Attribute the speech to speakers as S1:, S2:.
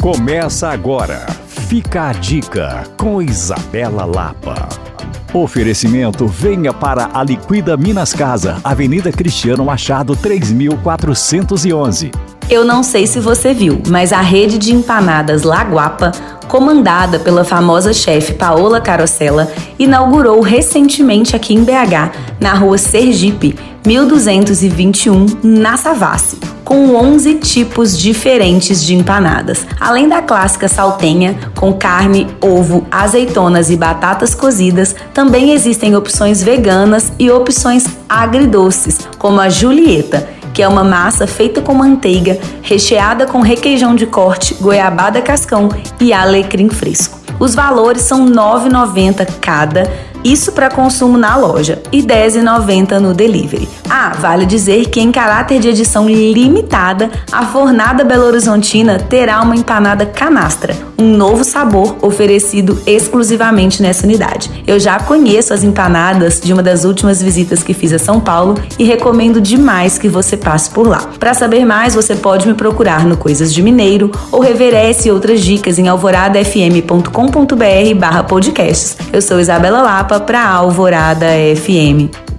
S1: Começa agora. Fica a dica com Isabela Lapa. Oferecimento: venha para a Liquida Minas Casa, Avenida Cristiano Machado 3411.
S2: Eu não sei se você viu, mas a rede de empanadas La Guapa, comandada pela famosa chefe Paola Carosella, inaugurou recentemente aqui em BH, na rua Sergipe, 1221, na Savassi, com 11 tipos diferentes de empanadas. Além da clássica saltenha, com carne, ovo, azeitonas e batatas cozidas, também existem opções veganas e opções agridoces, como a Julieta, que é uma massa feita com manteiga, recheada com requeijão de corte, goiabada cascão e alecrim fresco. Os valores são R$ 9,90 cada, isso para consumo na loja, e R$ 10,90 no delivery. Vale dizer que em caráter de edição limitada, a Fornada Belo Horizontina terá uma empanada canastra, um novo sabor oferecido exclusivamente nessa unidade. Eu já conheço as empanadas de uma das últimas visitas que fiz a São Paulo e recomendo demais que você passe por lá. Para saber mais, você pode me procurar no Coisas de Mineiro ou rever essa e outras dicas em alvoradafm.com.br/podcasts. Eu sou Isabela Lapa para Alvorada FM.